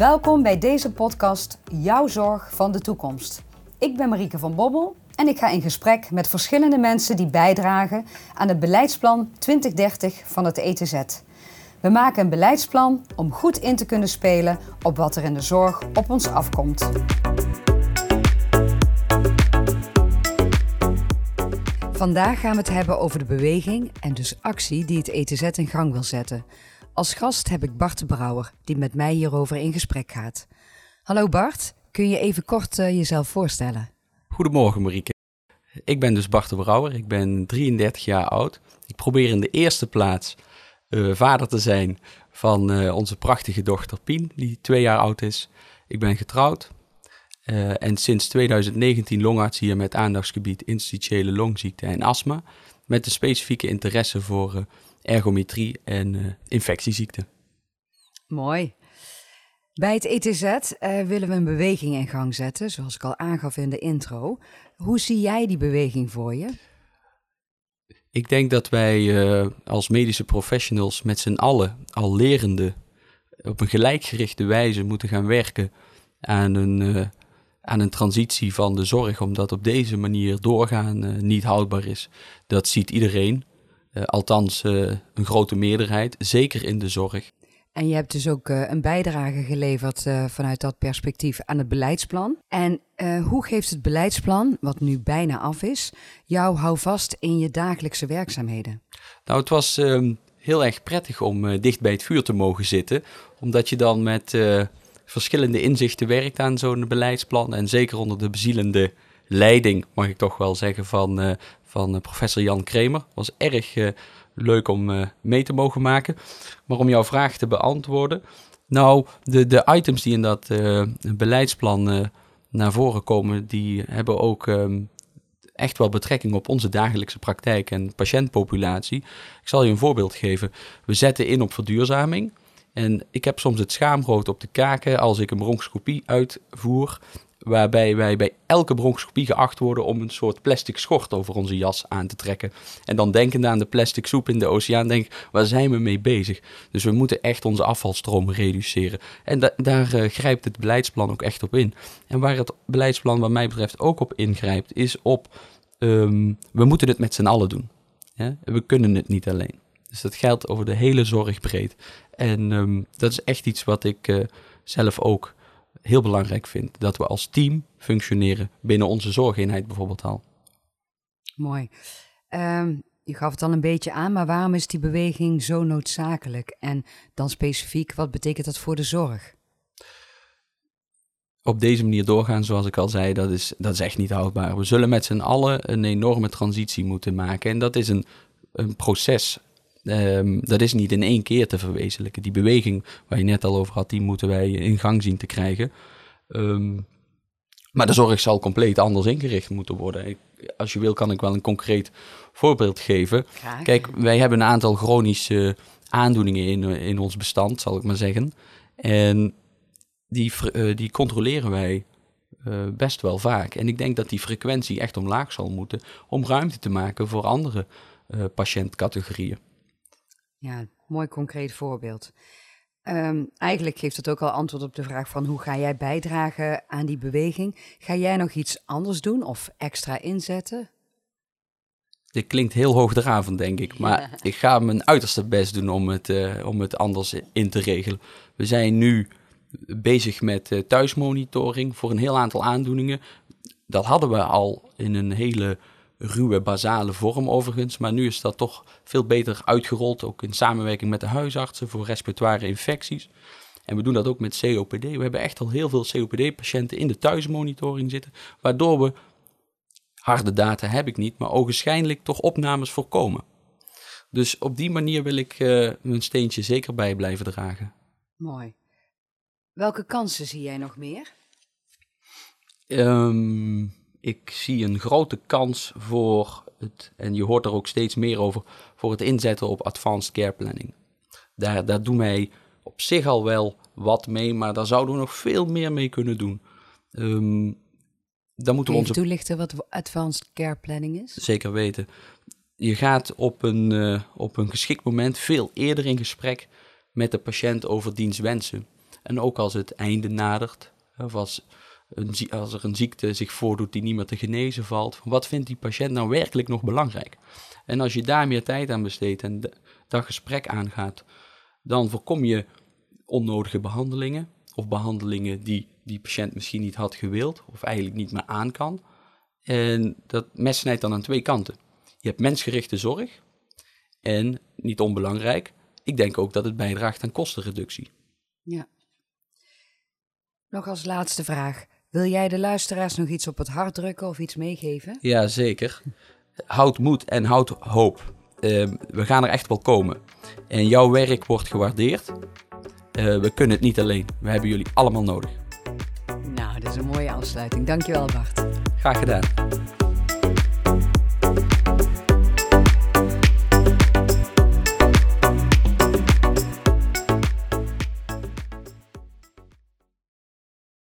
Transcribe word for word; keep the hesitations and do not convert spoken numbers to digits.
Welkom bij deze podcast Jouw Zorg van de Toekomst. Ik ben Marieke van Bobbel en ik ga in gesprek met verschillende mensen die bijdragen aan het beleidsplan twintig dertig van het E T Z. We maken een beleidsplan om goed in te kunnen spelen op wat er in de zorg op ons afkomt. Vandaag gaan we het hebben over de beweging en dus actie die het E T Z in gang wil zetten. Als gast heb ik Bart de Brouwer, die met mij hierover in gesprek gaat. Hallo Bart, kun je even kort uh, jezelf voorstellen? Goedemorgen Marieke. Ik ben dus Bart de Brouwer, ik ben drieëndertig jaar oud. Ik probeer in de eerste plaats uh, vader te zijn van uh, onze prachtige dochter Pien, die twee jaar oud is. Ik ben getrouwd uh, en sinds twintig negentien longarts hier met aandachtsgebied interstitiële longziekte en astma. Met een specifieke interesse voor uh, ergometrie en uh, infectieziekten. Mooi. Bij het E T Z uh, willen we een beweging in gang zetten, zoals ik al aangaf in de intro. Hoe zie jij die beweging voor je? Ik denk dat wij uh, als medische professionals met z'n allen al lerende op een gelijkgerichte wijze moeten gaan werken aan een, uh, aan een transitie van de zorg, omdat op deze manier doorgaan uh, niet houdbaar is. Dat ziet iedereen, uh, althans uh, een grote meerderheid, zeker in de zorg. En je hebt dus ook uh, een bijdrage geleverd uh, vanuit dat perspectief aan het beleidsplan. En uh, hoe geeft het beleidsplan, wat nu bijna af is, jou houvast in je dagelijkse werkzaamheden? Nou, het was uh, heel erg prettig om uh, dicht bij het vuur te mogen zitten, omdat je dan met uh, verschillende inzichten werkt aan zo'n beleidsplan. En zeker onder de bezielende leiding, mag ik toch wel zeggen, van, uh, van uh, professor Jan Kremer. Was erg uh, leuk om uh, mee te mogen maken. Maar om jouw vraag te beantwoorden. Nou, de, de items die in dat uh, beleidsplan uh, naar voren komen, die hebben ook um, echt wel betrekking op onze dagelijkse praktijk en patiëntpopulatie. Ik zal je een voorbeeld geven. We zetten in op verduurzaming. En ik heb soms het schaamrood op de kaken als ik een bronchoscopie uitvoer, waarbij wij bij elke bronchoscopie geacht worden om een soort plastic schort over onze jas aan te trekken. En dan denkende aan de plastic soep in de oceaan, denk ik, waar zijn we mee bezig? Dus we moeten echt onze afvalstromen reduceren. En da- daar uh, grijpt het beleidsplan ook echt op in. En waar het beleidsplan wat mij betreft ook op ingrijpt, is op, um, we moeten het met z'n allen doen. Ja? We kunnen het niet alleen. Dus dat geldt over de hele zorg breed. En um, dat is echt iets wat ik uh, zelf ook heel belangrijk vind. Dat we als team functioneren binnen onze zorgeenheid bijvoorbeeld al. Mooi. Um, je gaf het al een beetje aan, maar waarom is die beweging zo noodzakelijk? En dan specifiek, wat betekent dat voor de zorg? Op deze manier doorgaan, zoals ik al zei, dat is, dat is echt niet houdbaar. We zullen met z'n allen een enorme transitie moeten maken. En dat is een, een proces. Um, dat is niet in één keer te verwezenlijken. Die beweging waar je net al over had, die moeten wij in gang zien te krijgen. Um, maar de zorg zal compleet anders ingericht moeten worden. Ik, als je wil, kan ik wel een concreet voorbeeld geven. Graag. Kijk, wij hebben een aantal chronische aandoeningen in, in ons bestand, zal ik maar zeggen. En die, uh, die controleren wij uh, best wel vaak. En ik denk dat die frequentie echt omlaag zal moeten om ruimte te maken voor andere uh, patiëntcategorieën. Ja, mooi concreet voorbeeld. Um, eigenlijk geeft het ook al antwoord op de vraag van hoe ga jij bijdragen aan die beweging? Ga jij nog iets anders doen of extra inzetten? Dit klinkt heel hoogdravend, denk ik. Maar ja. Ik ga mijn uiterste best doen om het, uh, om het anders in te regelen. We zijn nu bezig met uh, thuismonitoring voor een heel aantal aandoeningen. Dat hadden we al in een hele ruwe, basale vorm overigens. Maar nu is dat toch veel beter uitgerold, ook in samenwerking met de huisartsen voor respiratoire infecties. En we doen dat ook met C O P D. We hebben echt al heel veel C O P D-patiënten in de thuismonitoring zitten, waardoor we, harde data heb ik niet, maar ogenschijnlijk toch opnames voorkomen. Dus op die manier wil ik uh, mijn steentje zeker bij blijven dragen. Mooi. Welke kansen zie jij nog meer? Um, ik zie een grote kans voor het, en je hoort er ook steeds meer over, voor het inzetten op advanced care planning. Daar, daar doen wij op zich al wel wat mee, maar daar zouden we nog veel meer mee kunnen doen. Um, dan moeten we onze... Even toelichten wat advanced care planning is? Zeker weten. Je gaat op een, uh, op een geschikt moment veel eerder in gesprek met de patiënt over diens wensen. En ook als het einde nadert, of als, een, als er een ziekte zich voordoet die niet meer te genezen valt, wat vindt die patiënt nou werkelijk nog belangrijk? En als je daar meer tijd aan besteedt en de, dat gesprek aangaat, dan voorkom je onnodige behandelingen of behandelingen die die patiënt misschien niet had gewild of eigenlijk niet meer aan kan. En dat mes snijdt dan aan twee kanten. Je hebt mensgerichte zorg en, niet onbelangrijk, ik denk ook dat het bijdraagt aan kostenreductie. Ja. Nog als laatste vraag. Wil jij de luisteraars nog iets op het hart drukken of iets meegeven? Ja, zeker. Houd moed en houd hoop. Uh, we gaan er echt wel komen. En jouw werk wordt gewaardeerd. Uh, we kunnen het niet alleen. We hebben jullie allemaal nodig. Nou, dat is een mooie afsluiting. Dankjewel, Bart. Graag gedaan.